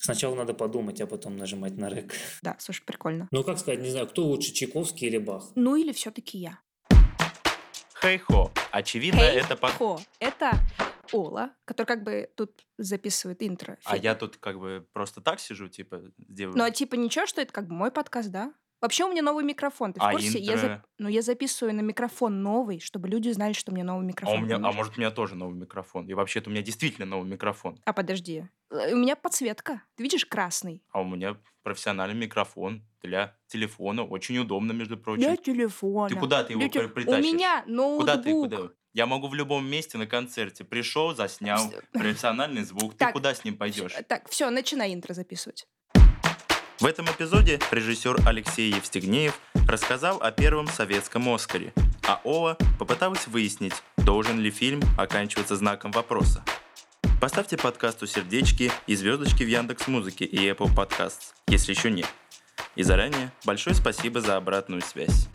Сначала надо подумать, а потом нажимать на рек. Да, слушай, прикольно. Ну, как сказать, не знаю, кто лучше, Чайковский или Бах? Ну или все-таки я. Хей-хо. Очевидно, это Хей-хо. Это Ола, который как бы тут записывает интро. А я тут как бы просто так сижу, типа, Ну, делаю. а типа ничего, что это как бы мой подкаст, да? Вообще у меня новый микрофон, ты в А курсе? интро? Я записываю на микрофон новый, чтобы люди знали, что у меня новый А микрофон, понимаешь? может, у меня тоже новый микрофон. И вообще-то у меня действительно новый микрофон. А подожди, у меня подсветка, ты видишь, красный. А у меня профессиональный микрофон для телефона. Очень удобно, между прочим. Для телефона. Ты куда ты его У притащишь? меня ноутбук. Я могу в любом месте на концерте. Пришел, заснял. Всё. Профессиональный звук. Ты Так, куда с ним пойдешь? Так, все, начинай интро записывать. В этом эпизоде режиссер Алексей Евстигнеев рассказал о первом советском «Оскаре», а Ола попыталась выяснить, должен ли фильм оканчиваться знаком вопроса. Поставьте подкасту сердечки и звездочки в Яндекс.Музыке и Apple Podcasts, если еще нет. И заранее большое спасибо за обратную связь.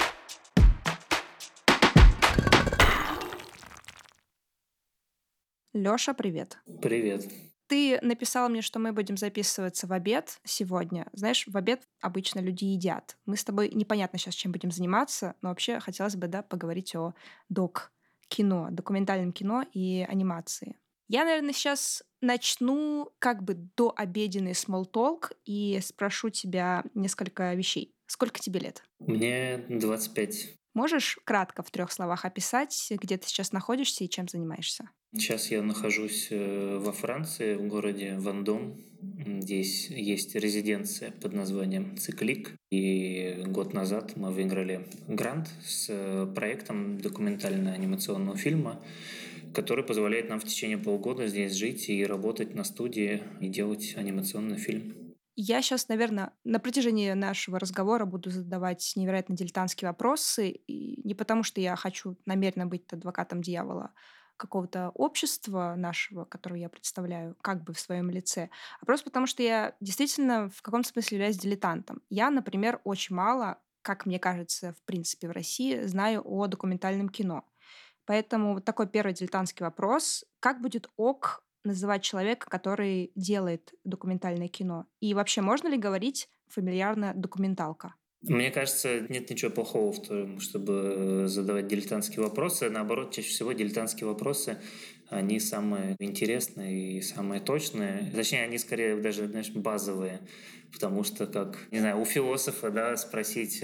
Лёша, привет. Привет. Ты написал мне, что мы будем записываться в обед сегодня. Знаешь, в обед обычно люди едят. Мы с тобой непонятно сейчас, чем будем заниматься, но вообще хотелось бы, да, поговорить о док-кино, документальном кино и анимации. Я, наверное, сейчас начну как бы дообеденный small talk и спрошу тебя несколько вещей. Сколько тебе лет? Мне 25. Можешь кратко в 3 словах описать, где ты сейчас находишься и чем занимаешься? Сейчас я нахожусь во Франции, в городе Вандом. Здесь есть резиденция под названием «Циклик». И год назад мы выиграли грант с проектом документально-анимационного фильма, который позволяет нам в течение полгода здесь жить и работать на студии и делать анимационный фильм. Я сейчас, наверное, на протяжении нашего разговора буду задавать невероятно дилетантские вопросы. И не потому, что я хочу намеренно быть адвокатом дьявола какого-то общества нашего, которое я представляю, как бы в своем лице, а просто потому, что я действительно в каком-то смысле являюсь дилетантом. Я, например, очень мало, как мне кажется, в принципе, в России, знаю о документальном кино. Поэтому вот такой первый дилетантский вопрос. Как будет ок называть человека, который делает документальное кино? И вообще, можно ли говорить фамильярно «документалка»? Мне кажется, нет ничего плохого в том, чтобы задавать дилетантские вопросы. Наоборот, чаще всего дилетантские вопросы, они самые интересные и самые точные. Точнее, они скорее даже, знаешь, базовые. Потому что, как, не знаю, у философа, да, спросить,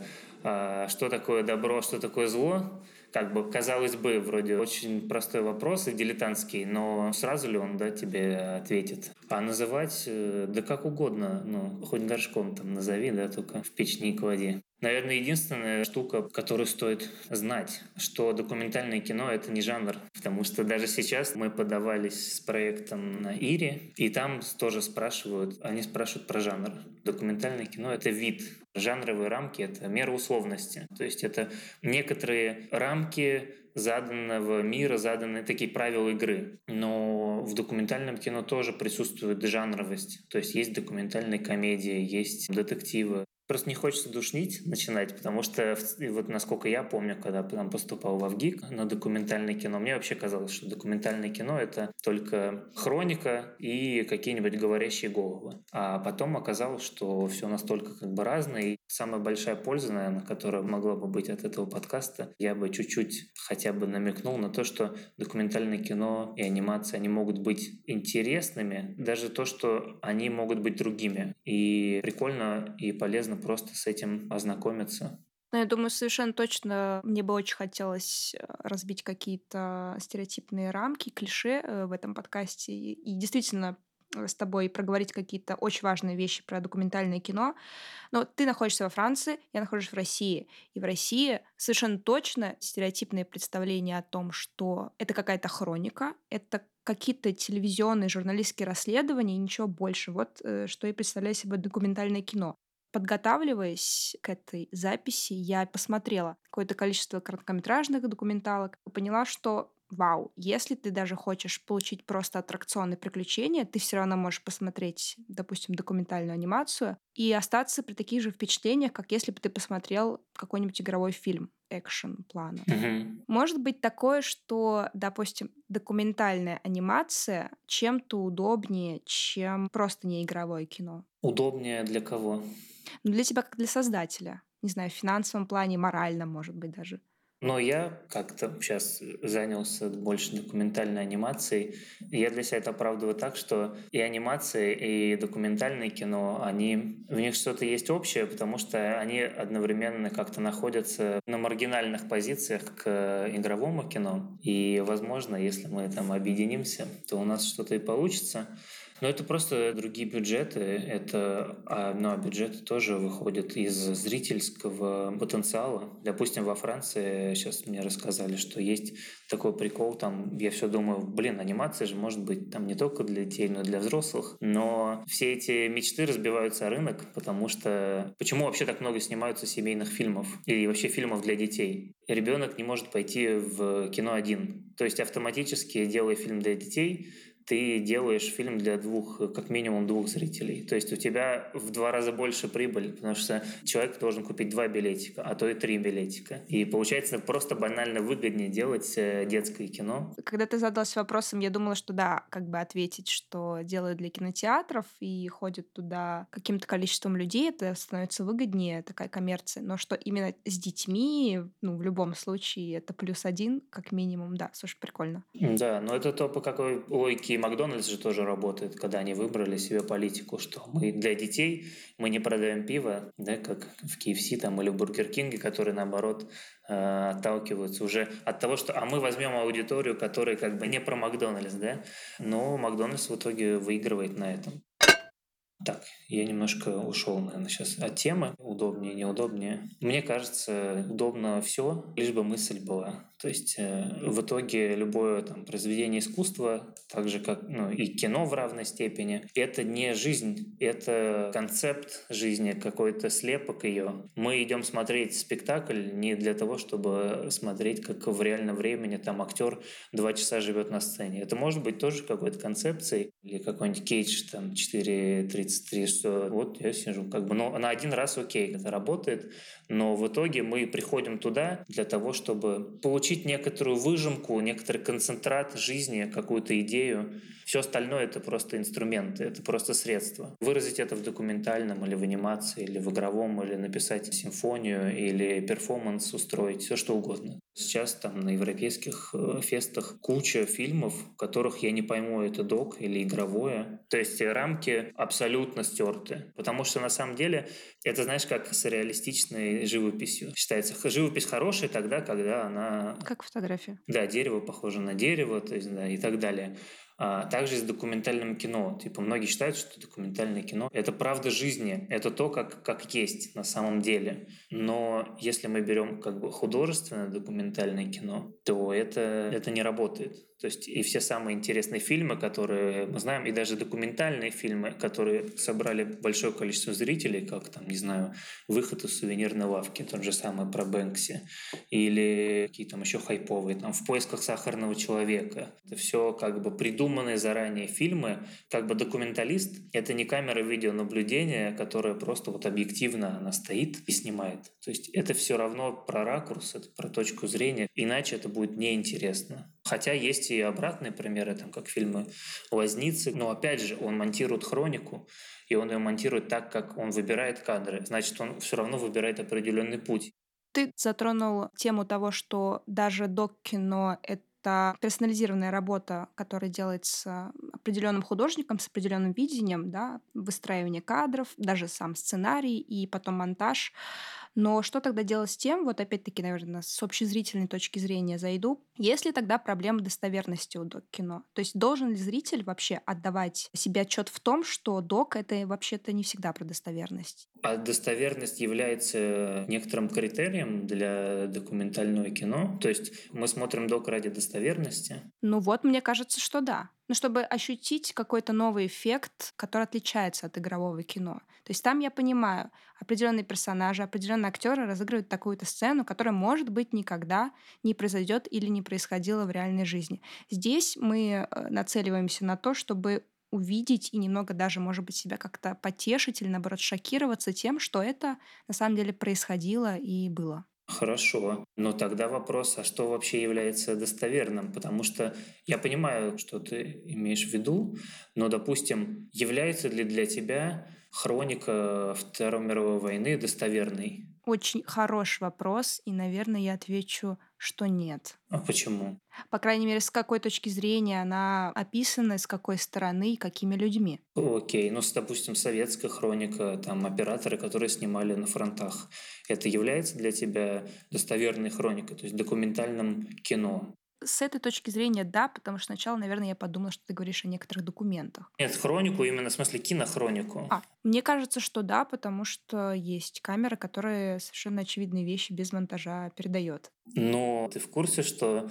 что такое добро, что такое зло, как бы, казалось бы, вроде очень простой вопрос и дилетантский, но сразу ли он, да, тебе ответит? А называть, да как угодно, ну, хоть горшком там назови, да, только в печь не клади. Наверное, единственная штука, которую стоит знать, что документальное кино — это не жанр. Потому что даже сейчас мы подавались с проектом на Ире, и там тоже они спрашивают про жанр. Документальное кино — это вид. Жанровые рамки — это мера условности. То есть это некоторые рамки заданного мира, заданные такие правила игры. Но в документальном кино тоже присутствует жанровость. То есть есть документальные комедии, есть детективы. Просто не хочется душнить начинать, потому что вот насколько я помню, когда там поступал в ВГИК на документальное кино, мне вообще казалось, что документальное кино — это только хроника и какие-нибудь говорящие головы. А потом оказалось, что все настолько как бы разное. И самая большая польза, наверное, которая могла бы быть от этого подкаста, я бы чуть-чуть хотя бы намекнул на то, что документальное кино и анимация, они могут быть интересными, даже то, что они могут быть другими. И прикольно и полезно просто с этим ознакомиться. Ну, я думаю, совершенно точно мне бы очень хотелось разбить какие-то стереотипные рамки, клише в этом подкасте и действительно с тобой проговорить какие-то очень важные вещи про документальное кино. Но ты находишься во Франции, я нахожусь в России. И в России совершенно точно стереотипные представления о том, что это какая-то хроника, это какие-то телевизионные журналистские расследования и ничего больше. Вот что и представляет себе документальное кино. Подготавливаясь к этой записи, я посмотрела какое-то количество короткометражных документалок и поняла, что вау, если ты даже хочешь получить просто аттракционные приключения, ты все равно можешь посмотреть, допустим, документальную анимацию и остаться при таких же впечатлениях, как если бы ты посмотрел какой-нибудь игровой фильм. экшн-плана. Мгм. Может быть такое, что, допустим, документальная анимация чем-то удобнее, чем просто неигровое кино? Удобнее для кого? Ну, для тебя как для создателя. Не знаю, в финансовом плане, морально, может быть, даже. Но я как-то сейчас занялся больше документальной анимацией. И я для себя это оправдываю так, что и анимация, и документальное кино, в них что-то есть общее, потому что они одновременно как-то находятся на маргинальных позициях к игровому кино. И, возможно, если мы там объединимся, то у нас что-то и получится. Но это просто другие бюджеты. А бюджеты тоже выходят из зрительского потенциала. Допустим, во Франции сейчас мне рассказали, что есть такой прикол. Там я все думаю, анимация же может быть там не только для детей, но и для взрослых. Но все эти мечты разбиваются о рынок, потому что почему вообще так много снимаются семейных фильмов или вообще фильмов для детей? Ребенок не может пойти в кино один. То есть автоматически, делая фильм для детей, ты делаешь фильм для как минимум двух зрителей. То есть у тебя в 2 раза больше прибыль, потому что человек должен купить 2 билетика, а то и 3 билетика. И получается просто банально выгоднее делать детское кино. Когда ты задалась вопросом, я думала, что да, как бы ответить, что делают для кинотеатров и ходят туда каким-то количеством людей, это становится выгоднее, такая коммерция. Но что именно с детьми, в любом случае, это +1, как минимум, да, слушай, прикольно. Да, но это то, по какой логике и Макдональдс же тоже работает, когда они выбрали себе политику, что мы для детей мы не продаем пиво, да, как в KFC там, или в Бургер Кинге, которые, наоборот, отталкиваются уже от того, что мы возьмем аудиторию, которая как бы не про Макдональдс, да, но Макдональдс в итоге выигрывает на этом. Так, я немножко ушел, наверное, сейчас от темы. Удобнее, неудобнее. Мне кажется, удобно все, лишь бы мысль была. То есть в итоге любое там произведение искусства, так же как и кино в равной степени, это не жизнь, это концепт жизни, какой-то слепок ее. Мы идем смотреть спектакль не для того, чтобы смотреть, как в реальном времени там актер 2 часа живет на сцене. Это может быть тоже какой-то концепцией, или какой-нибудь Кейдж там 4:33, что вот я сижу, но на один раз окей, это работает, но в итоге мы приходим туда для того, чтобы получить некоторую выжимку, некоторый концентрат жизни, какую-то идею. Все остальное — это просто инструменты, это просто средства. Выразить это в документальном или в анимации, или в игровом, или написать симфонию, или перформанс устроить, все что угодно. Сейчас там на европейских фестах куча фильмов, в которых я не пойму, это док или игровое. То есть рамки абсолютно стерты. Потому что на самом деле это, знаешь, как с реалистичной живописью. Считается, живопись хорошая тогда, когда она... Как фотография. Да, дерево похоже на дерево, то есть, да, и так далее. Также с документальным кино. Типа многие считают, что документальное кино — это правда жизни, это то, как есть на самом деле. Но если мы берем как бы художественное документальное кино, то это не работает. То есть и все самые интересные фильмы, которые мы знаем, и даже документальные фильмы, которые собрали большое количество зрителей, как там, не знаю, «Выход из сувенирной лавки», тот же самый про Бэнкси, или какие там еще хайповые, там «В поисках сахарного человека». Это все как бы придуманные заранее фильмы. Как бы документалист — это не камера видеонаблюдения, которая просто вот объективно она стоит и снимает. То есть это все равно про ракурс, это про точку зрения. Иначе это будет неинтересно. Хотя есть и обратные примеры, там, как фильмы Лозницы. Но опять же, он монтирует хронику, и он ее монтирует так, как он выбирает кадры. Значит, он все равно выбирает определенный путь. Ты затронул тему того, что даже док-кино — это персонализированная работа, которая делается определенным художником с определенным видением, да, выстраивание кадров, даже сам сценарий и потом монтаж. Но что тогда делать с тем, вот опять-таки, наверное, с общезрительной точки зрения зайду, есть ли тогда проблема достоверности у док-кино? То есть должен ли зритель вообще отдавать себе отчет в том, что док — это вообще-то не всегда про достоверность? А достоверность является некоторым критерием для документального кино? То есть мы смотрим док ради достоверности? Ну вот, мне кажется, что да. Ну, чтобы ощутить какой-то новый эффект, который отличается от игрового кино. То есть там я понимаю, определенные персонажи, определенные актеры разыгрывают такую-то сцену, которая, может быть, никогда не произойдет или не происходила в реальной жизни. Здесь мы нацеливаемся на то, чтобы увидеть и немного даже, может быть, себя как-то потешить или, наоборот, шокироваться тем, что это на самом деле происходило и было. Хорошо. Но тогда вопрос, а что вообще является достоверным? Потому что я понимаю, что ты имеешь в виду, но, допустим, является ли для тебя хроника Второй мировой войны достоверной? Очень хороший вопрос, и, наверное, я отвечу, что нет. А почему? По крайней мере, с какой точки зрения она описана, с какой стороны и какими людьми. Окей, ну, допустим, советская хроника, там, операторы, которые снимали на фронтах, это является для тебя достоверной хроникой, то есть документальным кино? С этой точки зрения, да, потому что сначала, наверное, я подумала, что ты говоришь о некоторых документах. Нет, хронику именно в смысле кинохронику. Мне кажется, что да, потому что есть камера, которая совершенно очевидные вещи без монтажа передает. Но ты в курсе, что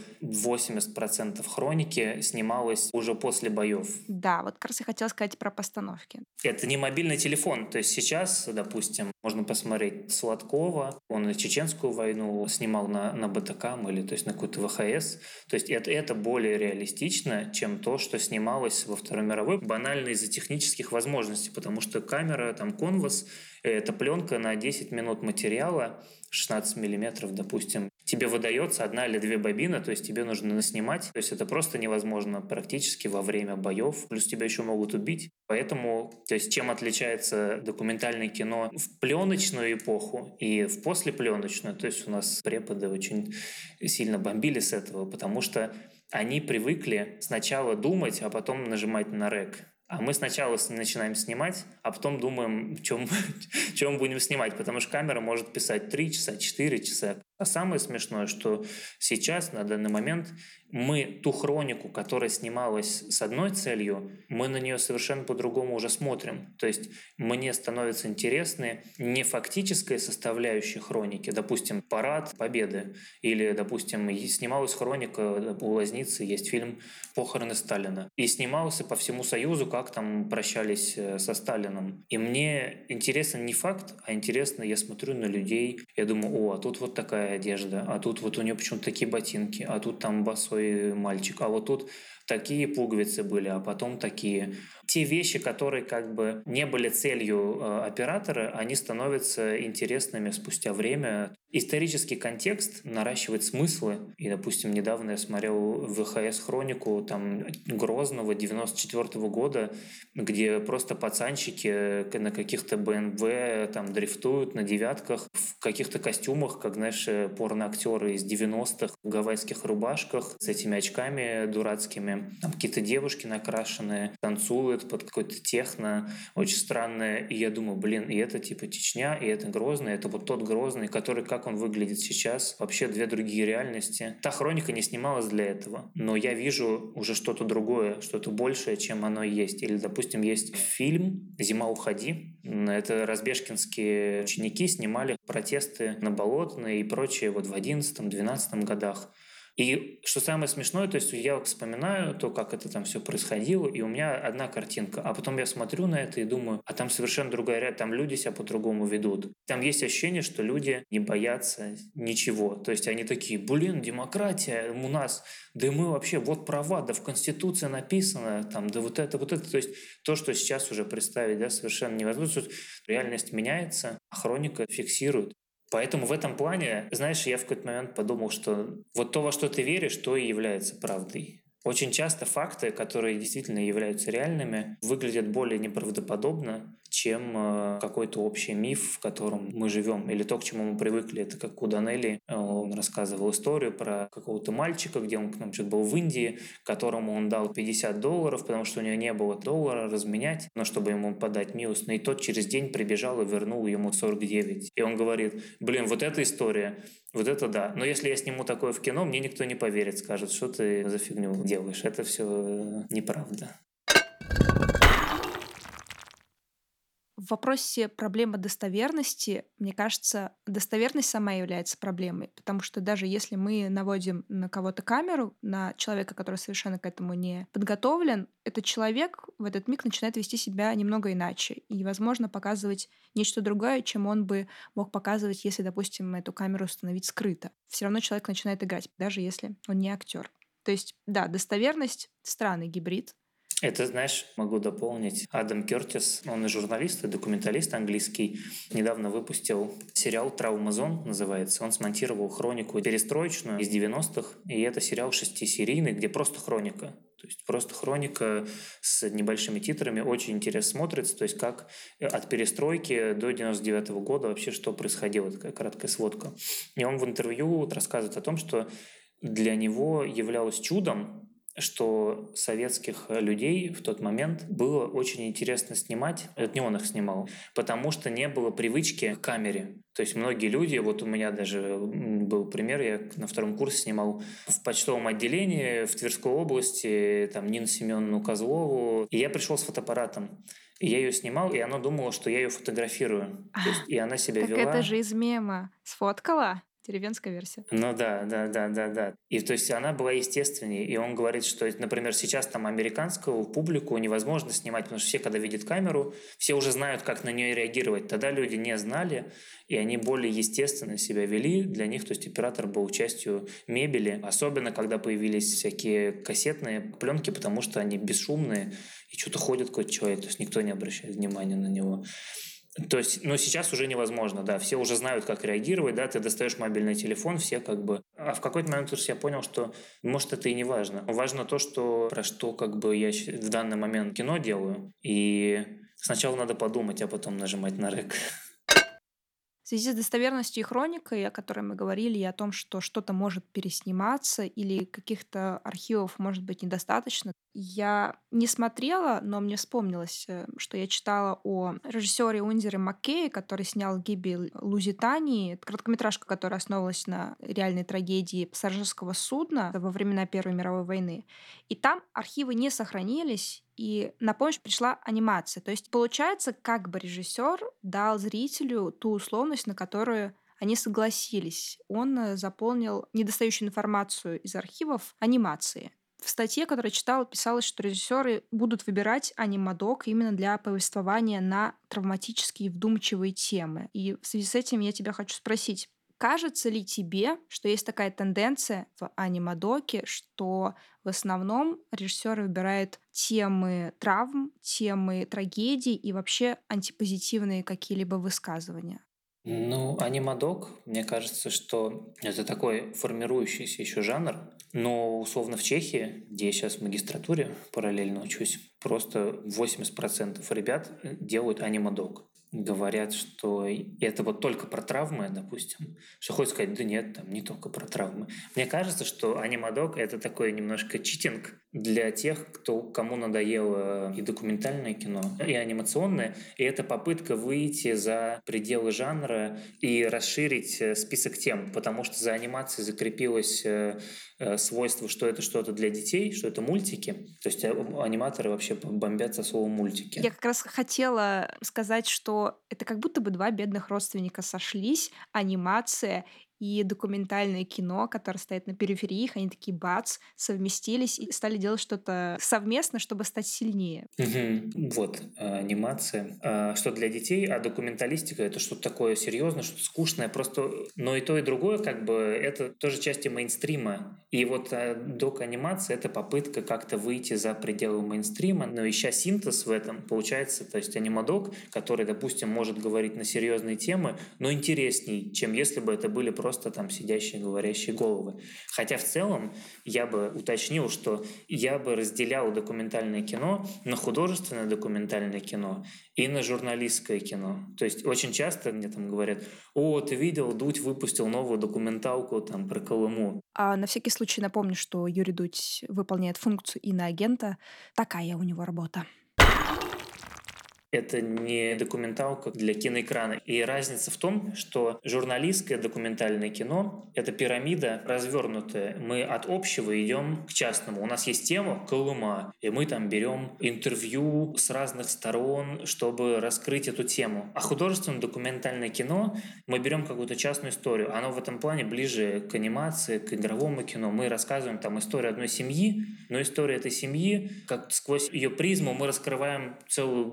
80% хроники снималось уже после боев? Да, вот как раз я хотела сказать про постановки. Это не мобильный телефон. То есть сейчас, допустим, можно посмотреть Сладкова, он и Чеченскую войну снимал на БТК или то есть на какую-то ВХС. То есть это более реалистично, чем то, что снималось во Второй мировой, банально из-за технических возможностей, потому что камера, там, конвас, это пленка на 10 минут материала, 16 миллиметров, допустим, тебе выдается одна или две бобины, то есть тебе нужно наснимать. То есть это просто невозможно практически во время боев. Плюс тебя еще могут убить. Поэтому, то есть чем отличается документальное кино в пленочную эпоху и в послепленочную, то есть у нас преподы очень сильно бомбили с этого, потому что они привыкли сначала думать, а потом нажимать на рек. А мы сначала начинаем снимать, а потом думаем, чем мы будем снимать, потому что камера может писать 3 часа, 4 часа. А самое смешное, что сейчас, на данный момент, мы ту хронику, которая снималась с одной целью, мы на нее совершенно по-другому уже смотрим. То есть мне становится интересны не фактическая составляющая хроники, допустим, парад Победы, или, допустим, снималась хроника у Лазницы, есть фильм «Похороны Сталина», и снимался по всему Союзу, как там прощались со Сталином. И мне интересен не факт, а интересно, я смотрю на людей, я думаю, а тут вот такая одежда, а тут вот у нее почему-то такие ботинки, а тут там босой мальчик, а вот тут такие пуговицы были, а потом такие. Те вещи, которые как бы не были целью оператора, они становятся интересными спустя время. Исторический контекст наращивает смыслы. И, допустим, недавно я смотрел ВХС-хронику там, Грозного 94 года, где просто пацанчики на каких-то БМВ там дрифтуют на девятках в каких-то костюмах, как, знаешь, порноактеры из 90-х в гавайских рубашках с этими очками дурацкими. Там какие-то девушки накрашенные, танцуют под какой-то техно, очень странное. И я думаю, и это типа Чечня, и это Грозный, это вот тот Грозный, который, как он выглядит сейчас, вообще две другие реальности. Та хроника не снималась для этого, но я вижу уже что-то другое, что-то большее, чем оно есть. Или, допустим, есть фильм «Зима, уходи». Это разбежкинские ученики снимали протесты на Болотной и прочее вот в 11-12 годах. И что самое смешное, то есть я вспоминаю то, как это там все происходило, и у меня одна картинка. А потом я смотрю на это и думаю, а там совершенно другая реальность, там люди себя по-другому ведут. Там есть ощущение, что люди не боятся ничего. То есть они такие, демократия у нас, да мы вообще, вот права, да в Конституции написано, там, да вот это. То есть то, что сейчас уже представить, да, совершенно невозможно. Реальность меняется, а хроника фиксирует. Поэтому в этом плане, знаешь, я в какой-то момент подумал, что вот то, во что ты веришь, то и является правдой. Очень часто факты, которые действительно являются реальными, выглядят более неправдоподобно, чем какой-то общий миф, в котором мы живем, или то, к чему мы привыкли. Это как у Данелли, он рассказывал историю про какого-то мальчика, где он что-то был в Индии, которому он дал $50, потому что у него не было доллара разменять, но чтобы ему подать милостыню. И тот через день прибежал и вернул ему 49. И он говорит, вот эта история, вот это да. Но если я сниму такое в кино, мне никто не поверит, скажет, что ты за фигню делаешь. Это все неправда. В вопросе проблемы достоверности, мне кажется, достоверность сама является проблемой, потому что даже если мы наводим на кого-то камеру, на человека, который совершенно к этому не подготовлен, этот человек в этот миг начинает вести себя немного иначе и, возможно, показывать нечто другое, чем он бы мог показывать, если, допустим, эту камеру установить скрыто. Все равно человек начинает играть, даже если он не актер. То есть, да, достоверность — странный гибрид. Это, знаешь, могу дополнить. Адам Кертис, он и журналист, и документалист английский, недавно выпустил сериал «Травма-зон» называется. Он смонтировал хронику перестроечную из 90-х, и это сериал 6-серийный, где просто хроника. То есть просто хроника с небольшими титрами, очень интересно смотрится, то есть как от перестройки до 99-го года вообще что происходило, такая краткая сводка. И он в интервью рассказывает о том, что для него являлось чудом, что советских людей в тот момент было очень интересно снимать, это не он их снимал, потому что не было привычки к камере. То есть многие люди, вот у меня даже был пример, я на втором курсе снимал в почтовом отделении в Тверской области, там, Нину Семеновну Козлову, и я пришел с фотоаппаратом. И я ее снимал, и она думала, что я ее фотографирую. То есть, и она себя Так вела... это же из мема. Сфоткала? Деревенская версия. Ну да. И то есть она была естественнее. И он говорит, что, например, сейчас там американскую публику невозможно снимать, потому что все, когда видят камеру, все уже знают, как на нее реагировать. Тогда люди не знали, и они более естественно себя вели. Для них, то есть оператор был частью мебели. Особенно, когда появились всякие кассетные пленки, потому что они бесшумные, и что-то ходит какой-то человек, то есть никто не обращает внимания на него. То есть, ну, сейчас уже невозможно, да, все уже знают, как реагировать, да, ты достаешь мобильный телефон, все как бы... А в какой-то момент я понял, что, может, это и не важно. Важно то, что, про что как бы я в данный момент кино делаю, и сначала надо подумать, а потом нажимать на рек. В связи с достоверностью и хроникой, о которой мы говорили, и о том, что что-то может пересниматься или каких-то архивов может быть недостаточно, я не смотрела, но мне вспомнилось, что я читала о режиссере Уиндзоре Маккее, который снял «Гибель Лузитании», это короткометражка, которая основывалась на реальной трагедии пассажирского судна во времена Первой мировой войны. И там архивы не сохранились, и на помощь пришла анимация. То есть, получается, как бы режиссер дал зрителю ту условность, на которую они согласились. Он заполнил недостающую информацию из архивов анимации. В статье, которую я читала, писалось, что режиссеры будут выбирать анимадок именно для повествования на травматические и вдумчивые темы. И в связи с этим я тебя хочу спросить, кажется ли тебе, что есть такая тенденция в анимадоке, что в основном режиссеры выбирают темы травм, темы трагедий и вообще антипозитивные какие-либо высказывания? Ну, анимадок, мне кажется, что это такой формирующийся еще жанр, но условно в Чехии, где я сейчас в магистратуре параллельно учусь, просто 80% ребят делают анимадок. Говорят, что это вот только про травмы, допустим, что хочешь сказать, да нет, там не только про травмы. Мне кажется, что анимадок — это такой немножко читинг для тех, кому надоело и документальное кино, и анимационное, и это попытка выйти за пределы жанра и расширить список тем, потому что за анимацией закрепилось свойство, что это что-то для детей, что это мультики. То есть аниматоры вообще бомбят со словом мультики. Я как раз хотела сказать, что это как будто бы два бедных родственника сошлись, анимация и документальное кино, которое стоит на периферии, они такие бац, совместились и стали делать что-то совместно, чтобы стать сильнее. Вот, анимация. Что для детей, а документалистика — это что-то такое серьезное, что-то скучное, просто... Но и то, и другое, как бы, это тоже части мейнстрима. И вот док-анимация — это попытка как-то выйти за пределы мейнстрима, но ища синтез в этом, получается, то есть анимадок, который, допустим, может говорить на серьезные темы, но интересней, чем если бы это были просто там сидящие, говорящие головы. Хотя в целом я бы уточнил, что я бы разделял документальное кино на художественное документальное кино и на журналистское кино. То есть очень часто мне там говорят: «О, ты видел, Дудь выпустил новую документалку там про Колыму». А на всякий случай напомню, что Юрий Дудь выполняет функцию иноагента. Такая у него работа. Это не документалка для киноэкрана. И разница в том, что журналистское документальное кино — это пирамида развернутая. Мы от общего идем к частному. У нас есть тема Колыма, и мы там берем интервью с разных сторон, чтобы раскрыть эту тему. А художественное документальное кино мы берем какую-то частную историю. Оно в этом плане ближе к анимации, к игровому кино. Мы рассказываем там историю одной семьи, но история этой семьи, как сквозь ее призму мы раскрываем целую глубокую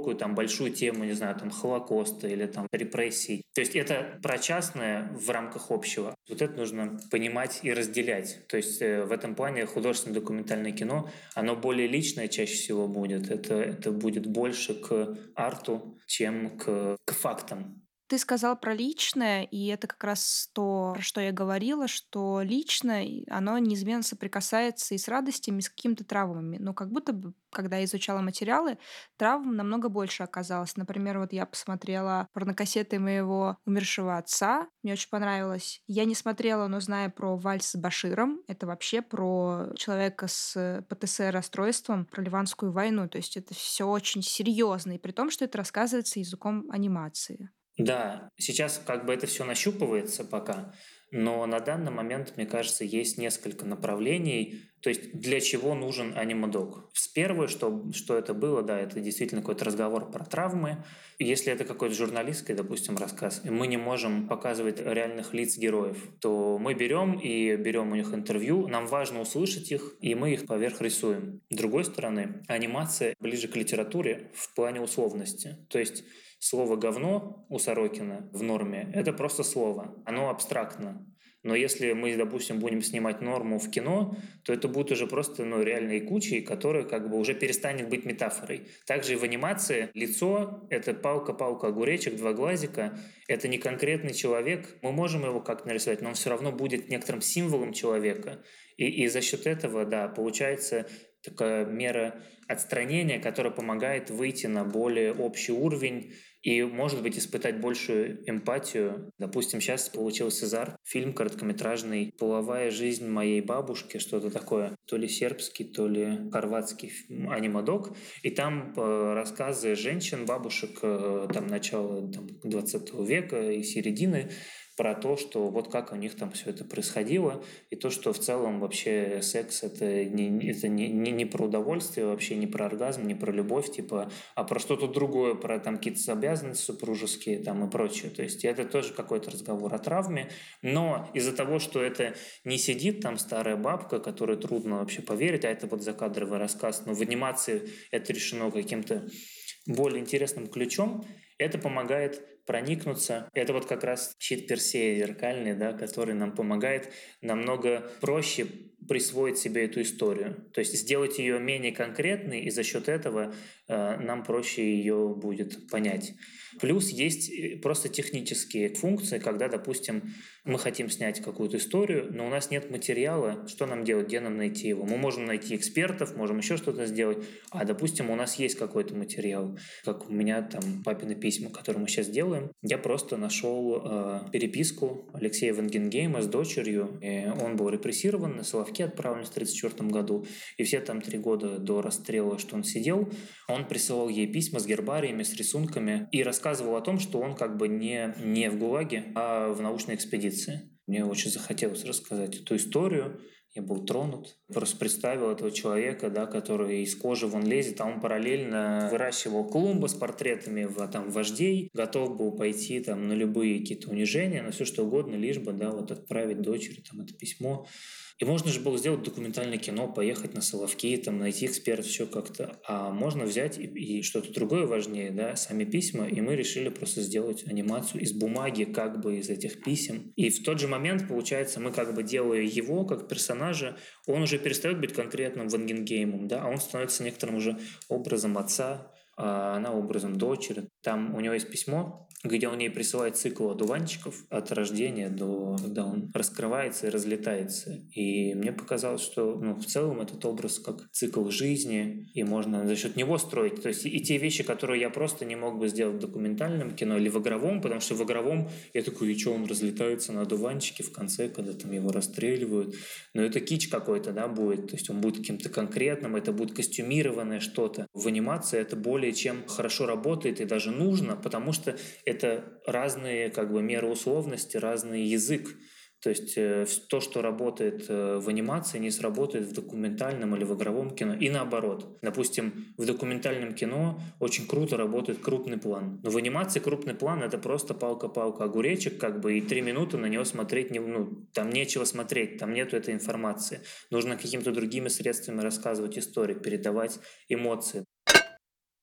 глубокую, там, большую тему, не знаю, там, Холокоста или там репрессий. То есть это про частное в рамках общего. Вот это нужно понимать и разделять. То есть в этом плане художественное документальное кино, оно более личное чаще всего будет. Это будет больше к арту, чем к фактам. Ты сказал про личное, и это как раз то, про что я говорила, что личное, оно неизменно соприкасается и с радостями, и с какими-то травмами. Но как будто бы, когда я изучала материалы, травм намного больше оказалось. Например, вот я посмотрела порнокассеты моего умершего отца, мне очень понравилось. Я не смотрела, но знаю про «Вальс с Баширом». Это вообще про человека с ПТСР-расстройством, про Ливанскую войну. То есть это все очень серьезно, и при том, что это рассказывается языком анимации. Да, сейчас как бы это все нащупывается пока, но на данный момент, мне кажется, есть несколько направлений. То есть для чего нужен анимадок? Первое, что это было, да, это действительно какой-то разговор про травмы. Если это какой-то журналистский, допустим, рассказ, и мы не можем показывать реальных лиц героев, то мы берем у них интервью, нам важно услышать их, и мы их поверх рисуем. С другой стороны, анимация ближе к литературе в плане условности. То есть слово «говно» у Сорокина в норме — это просто слово, оно абстрактно. Но если мы, допустим, будем снимать норму в кино, то это будет уже просто реальные кучи, которые как бы уже перестанет быть метафорой. Также и в анимации лицо — это палка-палка, огуречек, два глазика. Это не конкретный человек. Мы можем его как-то нарисовать, но он все равно будет некоторым символом человека. И за счет этого, да, получается такая мера отстранения, которая помогает выйти на более общий уровень и, может быть, испытать большую эмпатию. Допустим, сейчас получил «Сезар», фильм короткометражный «Половая жизнь моей бабушки», что-то такое, то ли сербский, то ли хорватский анимадок. И там рассказы женщин, бабушек там, начала 20 века и середины, про то, что вот как у них там все это происходило, и то, что в целом вообще секс это не про удовольствие, вообще не про оргазм, не про любовь, типа, а про что-то другое, про там какие-то обязанности супружеские там и прочее. То есть это тоже какой-то разговор о травме, но из-за того, что это не сидит там старая бабка, которой трудно вообще поверить, а это вот закадровый рассказ, но в анимации это решено каким-то более интересным ключом, это помогает проникнуться. Это вот как раз щит Персея зеркальный, да, который нам помогает намного проще присвоить себе эту историю. То есть сделать ее менее конкретной, и за счет этого нам проще ее будет понять. Плюс есть просто технические функции, когда, допустим, мы хотим снять какую-то историю, но у нас нет материала, что нам делать, где нам найти его. Мы можем найти экспертов, можем еще что-то сделать, а, допустим, у нас есть какой-то материал, как у меня там папины письма, которые мы сейчас делаем. Я просто нашел переписку Алексея Вангенгейма с дочерью, и он был репрессирован, на Соловки отправлен в 1934 году, и все там 3 года до расстрела, что он сидел, он присылал ей письма с гербариями, с рисунками и рассказывал о том, что он как бы не в ГУЛАГе, а в научной экспедиции. Мне очень захотелось рассказать эту историю. Я был тронут. Просто представил этого человека, да, который из кожи вон лезет, а он параллельно выращивал клумбы с портретами вождей, готов был пойти там, на любые какие-то унижения, на все что угодно, лишь бы да, вот отправить дочери там, это письмо. И можно же было сделать документальное кино, поехать на Соловки, там, найти экспертов, еще как-то. А можно взять и что-то другое важнее, да, сами письма, и мы решили просто сделать анимацию из бумаги, как бы из этих писем. И в тот же момент, получается, мы как бы делая его как персонажа, он уже перестает быть конкретным Вангенгеймом, да, а он становится некоторым уже образом отца, а она образом дочери. Там у него есть письмо, где он ей присылает цикл одуванчиков от рождения до когда он раскрывается и разлетается. И мне показалось, что в целом этот образ как цикл жизни, и можно за счет него строить. То есть и те вещи, которые я просто не мог бы сделать в документальном кино или в игровом, потому что в игровом я такой, и что, он разлетается на одуванчике в конце, когда там его расстреливают. Но это кич какой-то, да, будет. То есть он будет каким-то конкретным, это будет костюмированное что-то. В анимации это более чем хорошо работает и даже нужно, потому что это разные как бы меры условности, разный язык. То есть то, что работает в анимации, не сработает в документальном или в игровом кино. И наоборот. Допустим, в документальном кино очень круто работает крупный план. Но в анимации крупный план — это просто палка-палка, огуречек, как бы, и 3 минуты на него смотреть, там нечего смотреть, там нету этой информации. Нужно какими-то другими средствами рассказывать истории, передавать эмоции.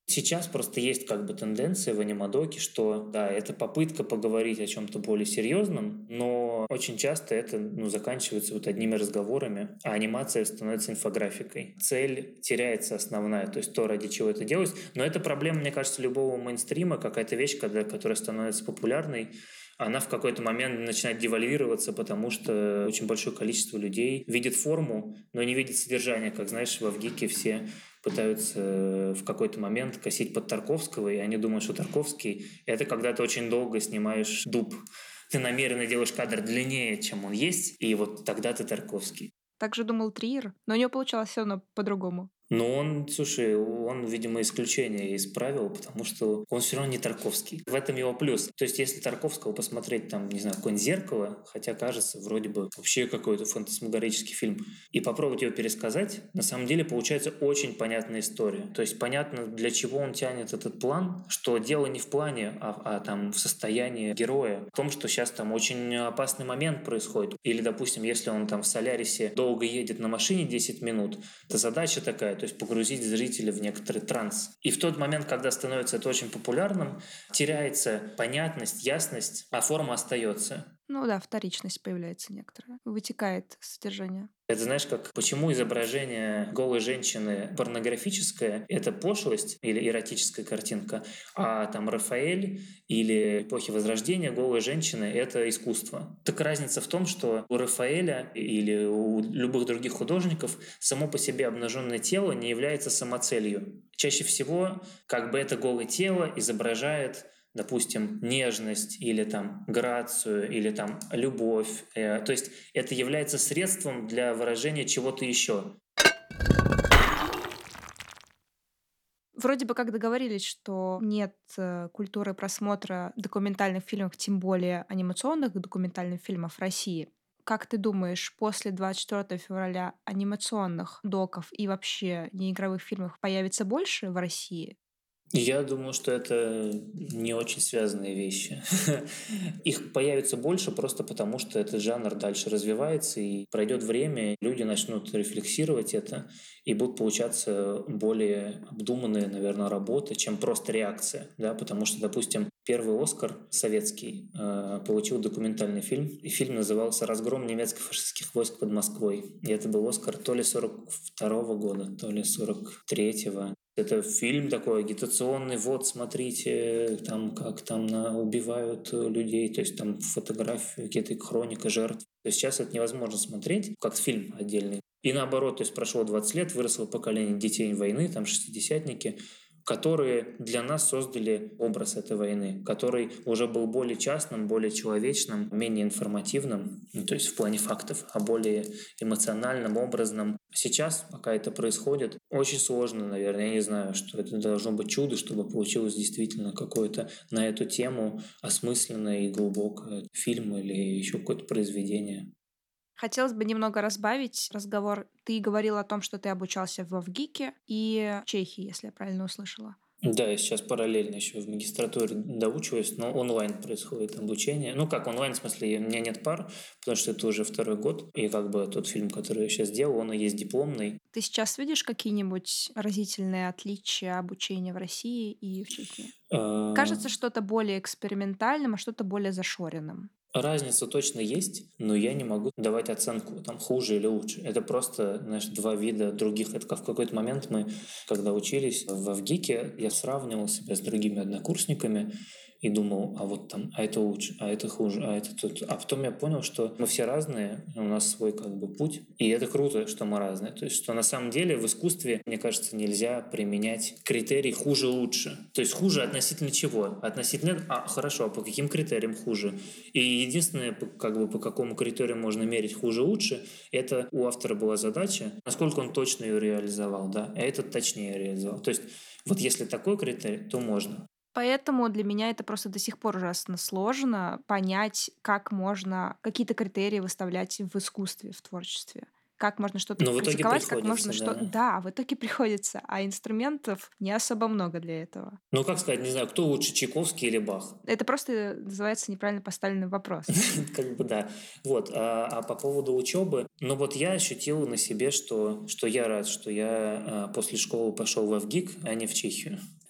Сейчас просто есть как бы тенденция в анимадоке, что да, это попытка поговорить о чем-то более серьезном, но очень часто это заканчивается вот одними разговорами, а анимация становится инфографикой. Цель теряется основная, то есть то, ради чего это делать. Но это проблема, мне кажется, любого мейнстрима, какая-то вещь, которая становится популярной, она в какой-то момент начинает девальвироваться, потому что очень большое количество людей видит форму, но не видит содержания. Как знаешь, во ВГИКе все пытаются в какой-то момент косить под Тарковского, и они думают, что Тарковский — это когда ты очень долго снимаешь дуб. Ты намеренно делаешь кадр длиннее, чем он есть, и вот тогда ты Тарковский. Так же думал Триер, но у него получалось все равно по-другому. Но он, слушай, он, видимо, исключение из правил, потому что он все равно не Тарковский. В этом его плюс. То есть, если Тарковского посмотреть, там, не знаю, какое-нибудь «Зеркало», хотя кажется вроде бы вообще какой-то фантасмагорический фильм, и попробовать его пересказать, на самом деле получается очень понятная история. То есть, понятно, для чего он тянет этот план, что дело не в плане, а там в состоянии героя, в том, что сейчас там очень опасный момент происходит. Или, допустим, если он там в Солярисе долго едет на машине 10 минут, то задача такая, то есть погрузить зрителя в некоторый транс. И в тот момент, когда становится это очень популярным, теряется понятность, ясность, а форма остается. Ну да, вторичность появляется некоторая, вытекает содержание. Это знаешь, как почему изображение голой женщины порнографическое — это пошлость или эротическая картинка, а там Рафаэль или эпохи Возрождения голые женщины — это искусство. Так разница в том, что у Рафаэля или у любых других художников само по себе обнаженное тело не является самоцелью. Чаще всего как бы это голое тело изображает, допустим, нежность или там грацию или там любовь. То есть это является средством для выражения чего-то еще. Вроде бы как договорились, что нет культуры просмотра документальных фильмов, тем более анимационных документальных фильмов в России. Как ты думаешь, после 24 февраля анимационных доков и вообще неигровых фильмов появится больше в России? Я думаю, что это не очень связанные вещи. Их появится больше просто потому, что этот жанр дальше развивается, и пройдет время, и люди начнут рефлексировать это, и будут получаться более обдуманные, наверное, работы, чем просто реакция. Да? Потому что, допустим, первый «Оскар» советский получил документальный фильм, и фильм назывался «Разгром немецко-фашистских войск под Москвой». И это был «Оскар» то ли 42-го года, то ли 43-го. Это фильм такой агитационный, вот, смотрите, там как там убивают людей, то есть там фотографии, какие-то хроника жертв. То есть сейчас это невозможно смотреть, как фильм отдельный. И наоборот, то есть прошло 20 лет, выросло поколение детей войны, там шестидесятники, которые для нас создали образ этой войны, который уже был более частным, более человечным, менее информативным, то есть в плане фактов, а более эмоциональным, образным. Сейчас, пока это происходит, очень сложно, наверное, я не знаю, что это должно быть чудо, чтобы получилось действительно какое-то на эту тему осмысленное и глубокое фильм или еще какое-то произведение. Хотелось бы немного разбавить разговор. Ты говорил о том, что ты обучался в ВГИКе и в Чехии, если я правильно услышала. Да, я сейчас параллельно еще в магистратуре доучиваюсь, но онлайн происходит обучение. Ну как онлайн, в смысле, у меня нет пар, потому что это уже второй год, и как бы тот фильм, который я сейчас делал, он и есть дипломный. Ты сейчас видишь какие-нибудь разительные отличия обучения в России и в Чехии? Кажется что-то более экспериментальным, а что-то более зашоренным. Разница точно есть, но я не могу давать оценку, там, хуже или лучше. Это просто, знаешь, два вида других. Это как в какой-то момент мы, когда учились в ВГИКе, я сравнивал себя с другими однокурсниками и думал, а вот там, а это лучше, а это хуже, а это тут. А потом я понял, что мы все разные, у нас свой как бы путь, и это круто, что мы разные. То есть, что на самом деле в искусстве, мне кажется, нельзя применять критерий хуже-лучше. То есть хуже относительно чего? Относительно, хорошо, а по каким критериям хуже? И единственное, как бы по какому критерию можно мерить хуже-лучше, это у автора была задача, насколько он точно ее реализовал, да, а этот точнее реализовал. То есть вот если такой критерий, то можно. Поэтому для меня это просто до сих пор ужасно сложно понять, как можно какие-то критерии выставлять в искусстве, в творчестве. Как можно что-то Но в итоге критиковать, как можно приходится, что... да. Да, в итоге приходится, а инструментов не особо много для этого. Ну, как сказать, не знаю, кто лучше, Чайковский или Бах? Это просто называется неправильно поставленный вопрос. Как бы да. Вот. А по поводу учебы, ну вот я ощутил на себе, что я рад, что я после школы пошел в ВГИК, а не в Чехию.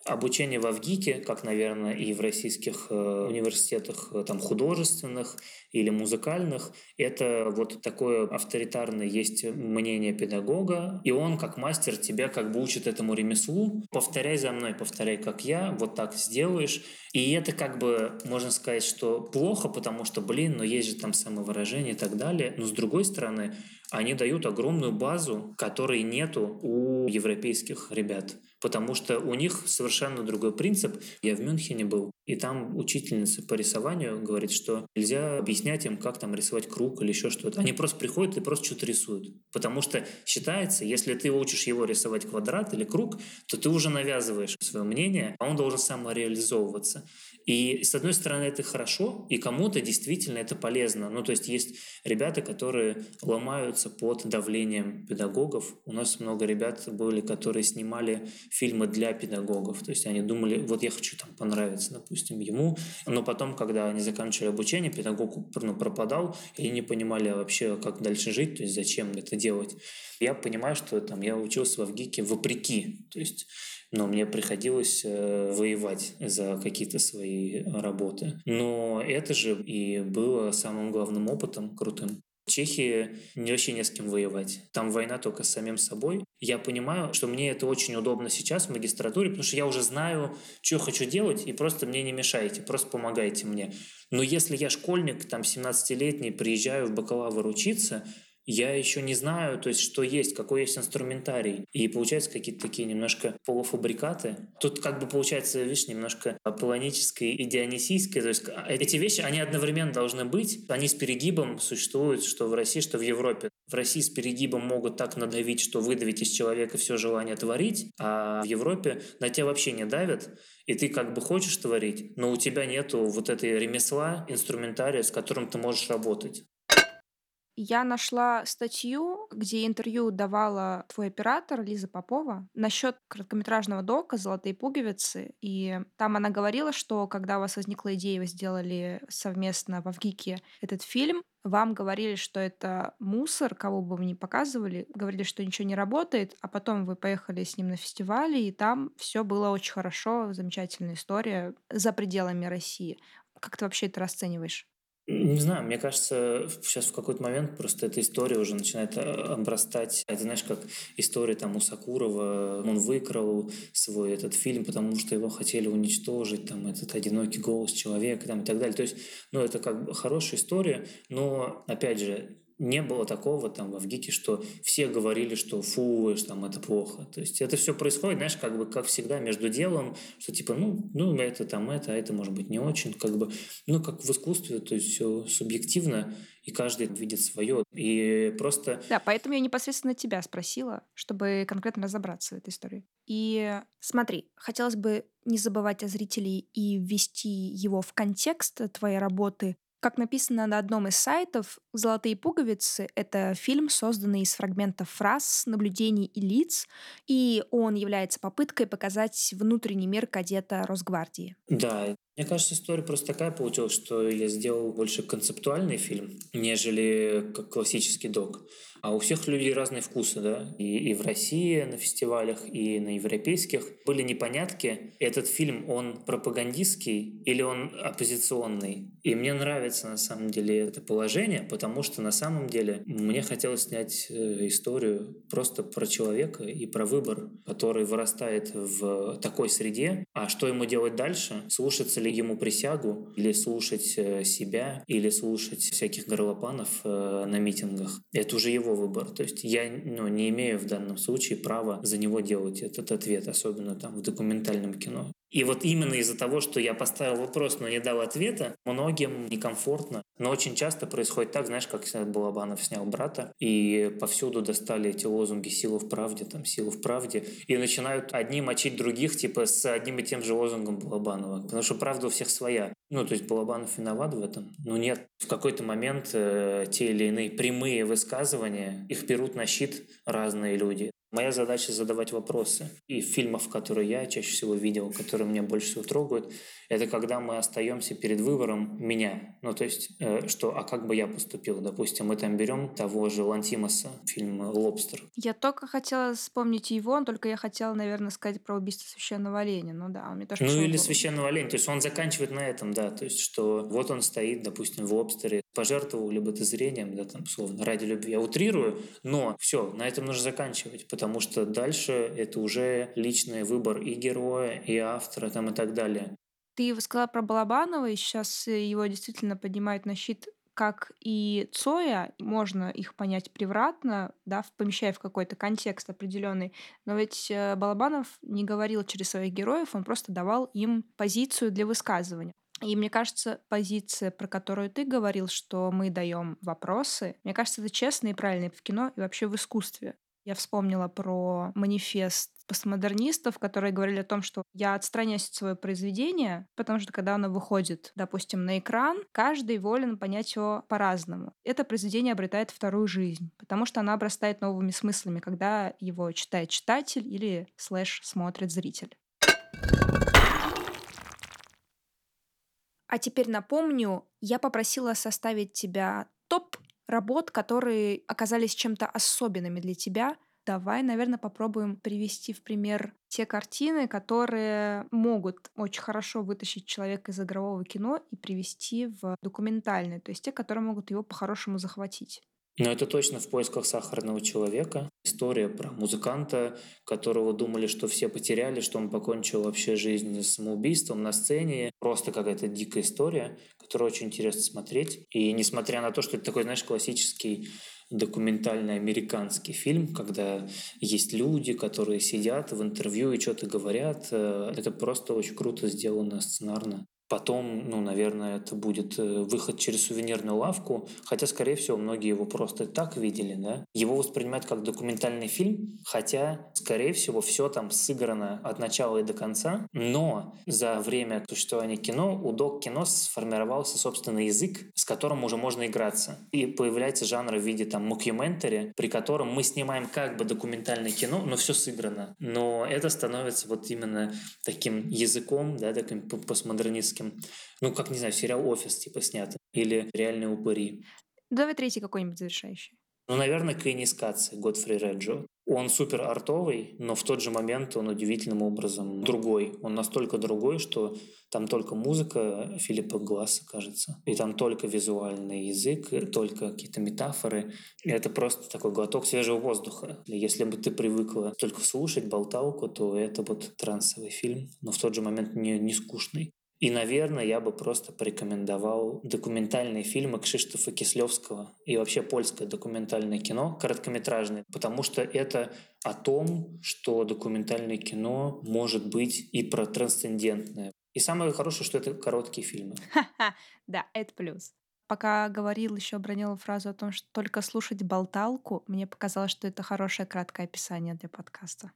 Обучение в ВГИКе, как, наверное, и в российских университетах там, художественных или музыкальных, это вот такое авторитарное есть мнение педагога, и он, как мастер, тебя как бы учит этому ремеслу. Повторяй за мной, повторяй, как я, вот так сделаешь. И это как бы, можно сказать, что плохо, потому что, но есть же там самовыражение и так далее. Но с другой стороны, они дают огромную базу, которой нету у европейских ребят. Потому что у них совершенно другой принцип. Я в Мюнхене был, и там учительница по рисованию говорит, что нельзя объяснять им, как там рисовать круг или еще что-то. Они просто приходят и просто что-то рисуют. Потому что считается, если ты учишь его рисовать квадрат или круг, то ты уже навязываешь свое мнение, а он должен самореализовываться. И, с одной стороны, это хорошо, и кому-то действительно это полезно. Ну, то есть есть ребята, которые ломаются под давлением педагогов. У нас много ребят были, которые снимали фильмы для педагогов. То есть они думали, вот я хочу там понравиться, допустим, ему. Но потом, когда они заканчивали обучение, педагог пропадал, и не понимали вообще, как дальше жить, то есть зачем это делать. Я понимаю, что там я учился в ВГИКе вопреки. То есть но мне приходилось воевать за какие-то свои работы. Но это же и было самым главным опытом крутым. В Чехии вообще не с кем воевать. Там война только с самим собой. Я понимаю, что мне это очень удобно сейчас в магистратуре, потому что я уже знаю, что хочу делать, и просто мне не мешайте, просто помогайте мне. Но если я школьник, там 17-летний, приезжаю в бакалавр учиться, я еще не знаю, то есть, что есть, какой есть инструментарий. И получается какие-то такие немножко полуфабрикаты. Тут как бы получается, видишь, немножко аполлоническое и дионисийское. То есть эти вещи, они одновременно должны быть. Они с перегибом существуют, что в России, что в Европе. В России с перегибом могут так надавить, что выдавить из человека все желание творить, а в Европе на тебя вообще не давят. И ты как бы хочешь творить, но у тебя нету вот этой ремесла, инструментария, с которым ты можешь работать. Я нашла статью, где интервью давала твой оператор Лиза Попова насчет короткометражного дока «Золотые пуговицы». И там она говорила, что когда у вас возникла идея, вы сделали совместно во ВГИКе этот фильм, вам говорили, что это мусор, кого бы вы ни показывали, говорили, что ничего не работает, а потом вы поехали с ним на фестивале, и там все было очень хорошо, замечательная история за пределами России. Как ты вообще это расцениваешь? Не знаю, мне кажется, сейчас в какой-то момент просто эта история уже начинает обрастать. Это, знаешь, как история там у Сакурова. Он выкрал свой этот фильм, потому что его хотели уничтожить, там, этот одинокий голос человека там, и так далее. То есть, ну, это как бы хорошая история, но, опять же, не было такого там в ВГИКе, что все говорили, что фу, там это плохо. То есть это все происходит, знаешь, как бы как всегда между делом, что типа, ну это там это, а это может быть не очень, как бы, ну как в искусстве, то есть все субъективно, и каждый видит свое. И просто Да, поэтому я непосредственно тебя спросила, чтобы конкретно разобраться в этой истории. И смотри, хотелось бы не забывать о зрителе и ввести его в контекст твоей работы. Как написано на одном из сайтов, «Золотые пуговицы» — это фильм, созданный из фрагментов фраз, наблюдений и лиц, и он является попыткой показать внутренний мир кадета Росгвардии. да, мне кажется, история просто такая получилась, что я сделал больше концептуальный фильм, нежели как классический док. А у всех людей разные вкусы, да? И в России на фестивалях, и на европейских были непонятки. Этот фильм, он пропагандистский или он оппозиционный? И мне нравится, на самом деле, это положение, потому что, на самом деле, мне хотелось снять историю просто про человека и про выбор, который вырастает в такой среде. А что ему делать дальше? Слушаться ли ему присягу, или слушать себя, или слушать всяких горлопанов на митингах? Это уже его выбор. То есть я не имею в данном случае права за него делать этот ответ, особенно там в документальном кино. И вот именно из-за того, что я поставил вопрос, но не дал ответа, многим некомфортно. Но очень часто происходит так, знаешь, как Балабанов снял «Брата», и повсюду достали эти лозунги «Сила в правде», там «Сила в правде», и начинают одни мочить других, типа с одним и тем же лозунгом Балабанова. Потому что правда у всех своя. Ну, то есть Балабанов виноват в этом? Но нет. В какой-то момент те или иные прямые высказывания, их берут на щит разные люди. Моя задача задавать вопросы. И фильмов, которые я чаще всего видел, которые меня больше всего трогают, это когда мы остаемся перед выбором меня. Ну, то есть, а как бы я поступил? Допустим, мы там берем того же Лантимоса, фильм «Лобстер». Я только хотела вспомнить его, только я хотела, наверное, сказать про убийство священного оленя. Ну да, он мне тоже Ну пришел в или голову. священного оленя. То есть он заканчивает на этом, да. То есть что вот он стоит, допустим, в лобстере, пожертвовал либо ты зрением, да, там, условно, ради любви. Я утрирую, но все, на этом нужно заканчивать, потому что дальше это уже личный выбор и героя, и автора, там, и так далее. Ты сказала про Балабанова, и сейчас его действительно поднимают на щит, как и Цоя, можно их понять превратно, да, помещая в какой-то контекст определенный. Но ведь Балабанов не говорил через своих героев, он просто давал им позицию для высказывания. И мне кажется, позиция, про которую ты говорил, что мы даем вопросы, мне кажется, это честно и правильно и в кино, и вообще в искусстве. Я вспомнила про манифест постмодернистов, которые говорили о том, что я отстраняюсь от своего произведения, потому что когда оно выходит, допустим, на экран, каждый волен понять его по-разному. Это произведение обретает вторую жизнь, потому что оно обрастает новыми смыслами, когда его читает читатель или смотрит зритель. А теперь напомню, я попросила составить тебя топ работ, которые оказались чем-то особенными для тебя. Давай, наверное, попробуем привести в пример те картины, которые могут очень хорошо вытащить человека из игрового кино и привести в документальное, то есть те, которые могут его по-хорошему захватить. Но это точно «В поисках сахарного человека». История про музыканта, которого думали, что все потеряли, что он покончил вообще жизнь самоубийством на сцене. Просто какая-то дикая история, которую очень интересно смотреть. И несмотря на то, что это такой, знаешь, классический документальный американский фильм, когда есть люди, которые сидят в интервью и что-то говорят, это просто очень круто сделано сценарно. Потом, наверное, это будет выход через сувенирную лавку, хотя, скорее всего, многие его просто так видели, да. Его воспринимают как документальный фильм, хотя, скорее всего, все там сыграно от начала и до конца, но за время существования кино у док-кино сформировался собственный язык, с которым уже можно играться. И появляется жанр в виде там мокюментари, при котором мы снимаем как бы документальное кино, но все сыграно. Но это становится вот именно таким языком, да, таким постмодернистским. Как, не знаю, сериал «Офис» типа снят. Или «Реальные упыри». Давай третий какой-нибудь завершающий. Наверное, Кеннис Катци, Годфри Реджо. Он супер артовый, но в тот же момент он удивительным образом другой. Он настолько другой, что там только музыка Филиппа Гласса, кажется. И там только визуальный язык, только какие-то метафоры. И это просто такой глоток свежего воздуха. Если бы ты привыкла только слушать болталку, то это вот трансовый фильм, но в тот же момент не скучный. И, наверное, я бы просто порекомендовал документальные фильмы Кшиштофа Кислевского и вообще польское документальное кино, короткометражное, потому что это о том, что документальное кино может быть и про трансцендентное. И самое хорошее, что это короткие фильмы. Да, это плюс. Пока говорил, еще бронила фразу о том, что только слушать болталку, мне показалось, что это хорошее краткое описание для подкаста.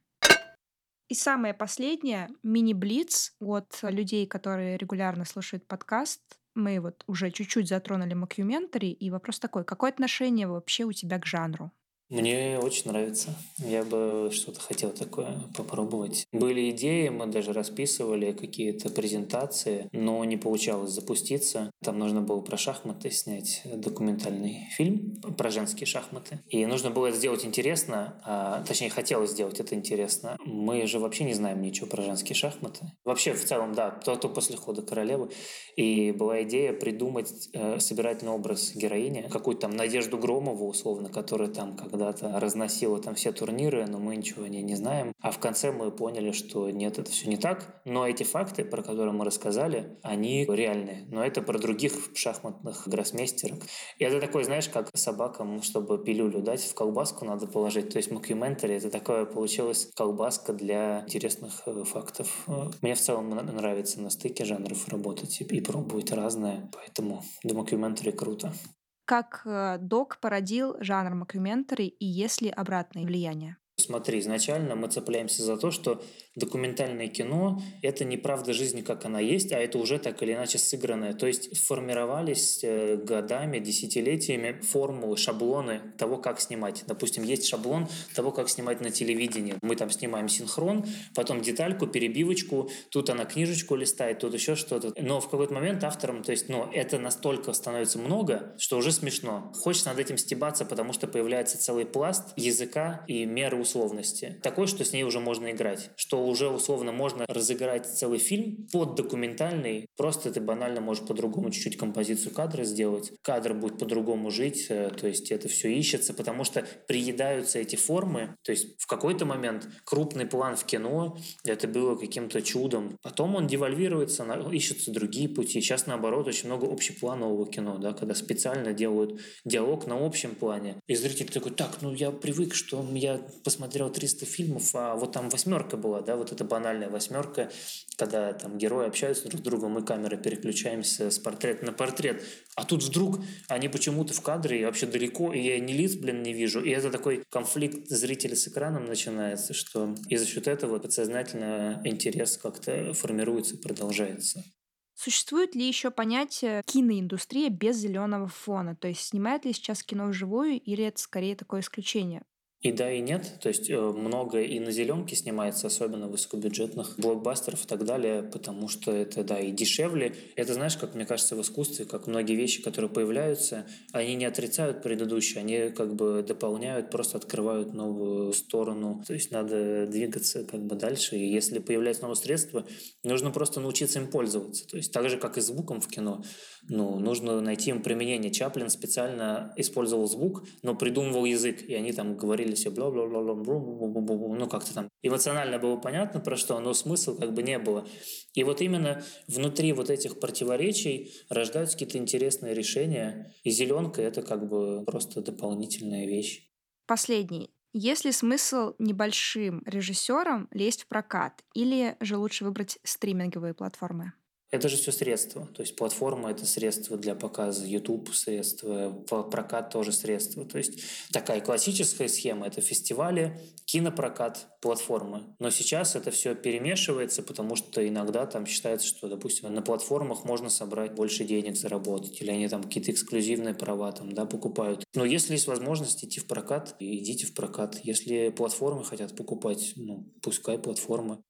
И самое последнее, мини-блиц от людей, которые регулярно слушают подкаст. Мы вот уже чуть-чуть затронули мокюментари, и вопрос такой, какое отношение вообще у тебя к жанру? Мне очень нравится. Я бы что-то хотел такое попробовать. Были идеи, мы даже расписывали какие-то презентации, но не получалось запуститься. Там нужно было про шахматы снять документальный фильм, про женские шахматы. И нужно было это сделать интересно, точнее, хотелось сделать это интересно. Мы же вообще не знаем ничего про женские шахматы. Вообще, в целом, да, то после хода королевы. И была идея придумать собирательный образ героини, какую-то там Надежду Громову, условно, которая там когда-то разносила там все турниры, но мы ничего о ней не знаем. А в конце мы поняли, что нет, это все не так. Но эти факты, про которые мы рассказали, они реальные. Но это про других шахматных гроссмейстеров. И это такой, знаешь, как собакам, чтобы пилюлю дать, в колбаску надо положить. То есть мокюментари — это такое получилась колбаска для интересных фактов. Мне в целом нравится на стыке жанров работать и пробовать разное. Поэтому мокюментари круто. Как док породил жанр мокюментари и есть ли обратное влияние? Смотри, изначально мы цепляемся за то, что документальное кино — это не правда жизни, как она есть, а это уже так или иначе сыгранное. То есть формировались годами, десятилетиями формулы, шаблоны того, как снимать. Допустим, есть шаблон того, как снимать на телевидении. Мы там снимаем синхрон, потом детальку, перебивочку, тут она книжечку листает, тут еще что-то. Но в какой-то момент авторам, то есть, это настолько становится много, что уже смешно. Хочешь над этим стебаться, потому что появляется целый пласт языка и меры условности. Такой, что с ней уже можно играть. Что уже условно можно разыграть целый фильм под документальный. Просто ты банально можешь по-другому чуть-чуть композицию кадра сделать. Кадр будет по-другому жить, то есть это все ищется, потому что приедаются эти формы. То есть в какой-то момент крупный план в кино это было каким-то чудом. Потом он девальвируется, ищутся другие пути. Сейчас, наоборот, очень много общепланового кино, да, когда специально делают диалог на общем плане. И зритель такой: так, я привык, что я посмотрел 300 фильмов, а вот там 8 была, да, вот эта банальная 8, когда там герои общаются друг с другом, мы камерой переключаемся с портрета на портрет. А тут вдруг они почему-то в кадре и вообще далеко, и я ни лиц, не вижу. И это такой конфликт зрителя с экраном начинается, что и за счет этого подсознательно интерес как-то формируется и продолжается. Существует ли еще понятие киноиндустрия без зеленого фона? То есть снимает ли сейчас кино вживую, или это скорее такое исключение? И да, и нет. То есть много и на зеленке снимается, особенно высокобюджетных блокбастеров и так далее, потому что это, да, и дешевле. Это, знаешь, как мне кажется, в искусстве, как многие вещи, которые появляются, они не отрицают предыдущие, они как бы дополняют, просто открывают новую сторону. То есть надо двигаться как бы дальше. И если появляется новое средство, нужно просто научиться им пользоваться. То есть так же, как и звуком в кино, нужно найти им применение. Чаплин специально использовал звук, но придумывал язык, и они там говорили все бла-бла-бла-бла, как-то там эмоционально было понятно про что, но смысла как бы не было. И вот именно внутри вот этих противоречий рождаются какие-то интересные решения, и зеленка — это как бы просто дополнительная вещь. Последний. Есть ли смысл небольшим режиссерам лезть в прокат, или же лучше выбрать стриминговые платформы? Это же все средства. То есть платформа — это средство для показа, YouTube — средство, прокат тоже средство. То есть такая классическая схема — это фестивали, кинопрокат, платформы. Но сейчас это все перемешивается, потому что иногда там считается, что, допустим, на платформах можно собрать больше денег, заработать, или они там какие-то эксклюзивные права там, да, покупают. Но если есть возможность идти в прокат, идите в прокат. Если платформы хотят покупать, пускай платформы.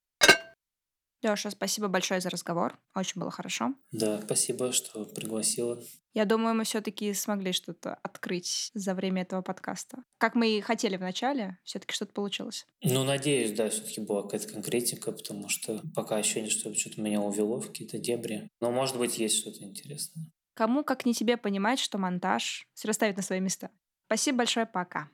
Лёша, спасибо большое за разговор. Очень было хорошо. Да, спасибо, что пригласила. Я думаю, мы все-таки смогли что-то открыть за время этого подкаста. Как мы и хотели в начале, все-таки что-то получилось. Надеюсь, да, все-таки была какая-то конкретика, потому что пока ощущение, что что-то меня увело в какие-то дебри. Но, может быть, есть что-то интересное. Кому, как не тебе, понимать, что монтаж все расставит на свои места. Спасибо большое, пока.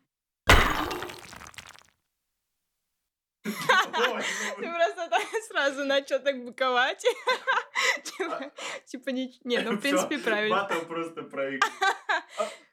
Ты просто сразу начал так быковать. Типа, не, в принципе, правильно. Батл просто проиграл.